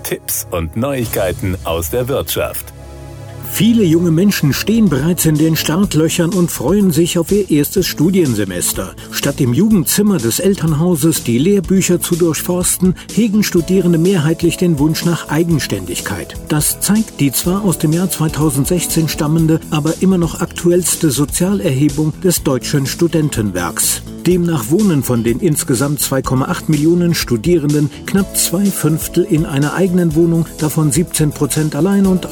Tipps und Neuigkeiten aus der Wirtschaft. Viele junge Menschen stehen bereits in den Startlöchern und freuen sich auf ihr erstes Studiensemester. Statt im Jugendzimmer des Elternhauses die Lehrbücher zu durchforsten, hegen Studierende mehrheitlich den Wunsch nach Eigenständigkeit. Das zeigt die zwar aus dem Jahr 2016 stammende, aber immer noch aktuellste Sozialerhebung des Deutschen Studentenwerks. Demnach wohnen von den insgesamt 2,8 Millionen Studierenden knapp 2/5 in einer eigenen Wohnung, davon 17% allein und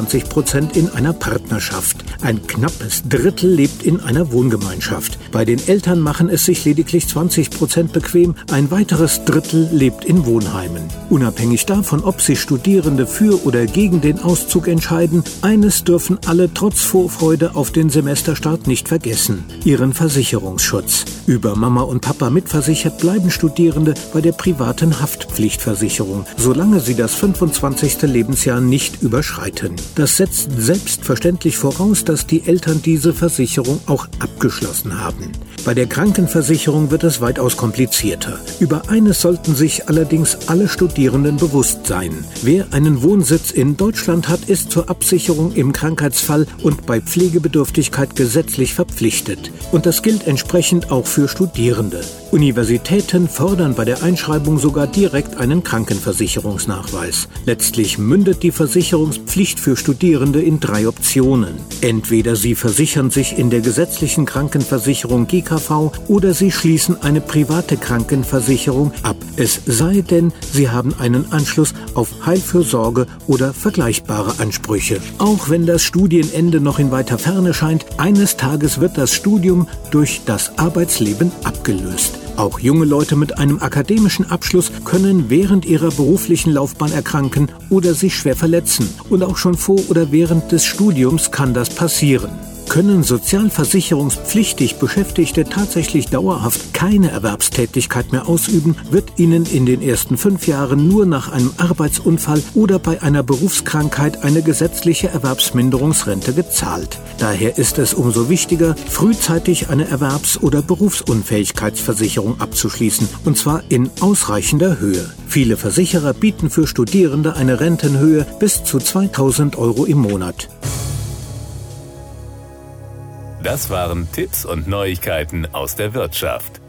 21% in einer Partnerschaft. Ein knappes Drittel lebt in einer Wohngemeinschaft. Bei den Eltern machen es sich lediglich 20% bequem, ein weiteres Drittel lebt in Wohnheimen. Unabhängig davon, ob sich Studierende für oder gegen den Auszug entscheiden, eines dürfen alle trotz Vorfreude auf den Semesterstart nicht vergessen: ihren Versicherungsschutz. Über Mama und Papa mitversichert bleiben Studierende bei der privaten Haftpflichtversicherung, solange sie das 25. Lebensjahr nicht überschreiten. Das setzt selbstverständlich voraus, dass die Eltern diese Versicherung auch abgeschlossen haben. Bei der Krankenversicherung wird es weitaus komplizierter. Über eines sollten sich allerdings alle Studierenden bewusst sein: Wer einen Wohnsitz in Deutschland hat, ist zur Absicherung im Krankheitsfall und bei Pflegebedürftigkeit gesetzlich verpflichtet. Und das gilt entsprechend auch für Studierende. Universitäten fordern bei der Einschreibung sogar direkt einen Krankenversicherungsnachweis. Letztlich mündet die Versicherungspflicht für Studierende in 3 Optionen. Entweder sie versichern sich in der gesetzlichen Krankenversicherung GKV oder sie schließen eine private Krankenversicherung ab. Es sei denn, sie haben einen Anschluss auf Heilfürsorge oder vergleichbare Ansprüche. Auch wenn das Studienende noch in weiter Ferne scheint, eines Tages wird das Studium durch das Arbeitsleben abgelöst. Auch junge Leute mit einem akademischen Abschluss können während ihrer beruflichen Laufbahn erkranken oder sich schwer verletzen. Und auch schon vor oder während des Studiums kann das passieren. Können sozialversicherungspflichtig Beschäftigte tatsächlich dauerhaft keine Erwerbstätigkeit mehr ausüben, wird ihnen in den ersten 5 Jahren nur nach einem Arbeitsunfall oder bei einer Berufskrankheit eine gesetzliche Erwerbsminderungsrente gezahlt. Daher ist es umso wichtiger, frühzeitig eine Erwerbs- oder Berufsunfähigkeitsversicherung abzuschließen, und zwar in ausreichender Höhe. Viele Versicherer bieten für Studierende eine Rentenhöhe bis zu 2.000 € im Monat. Das waren Tipps und Neuigkeiten aus der Wirtschaft.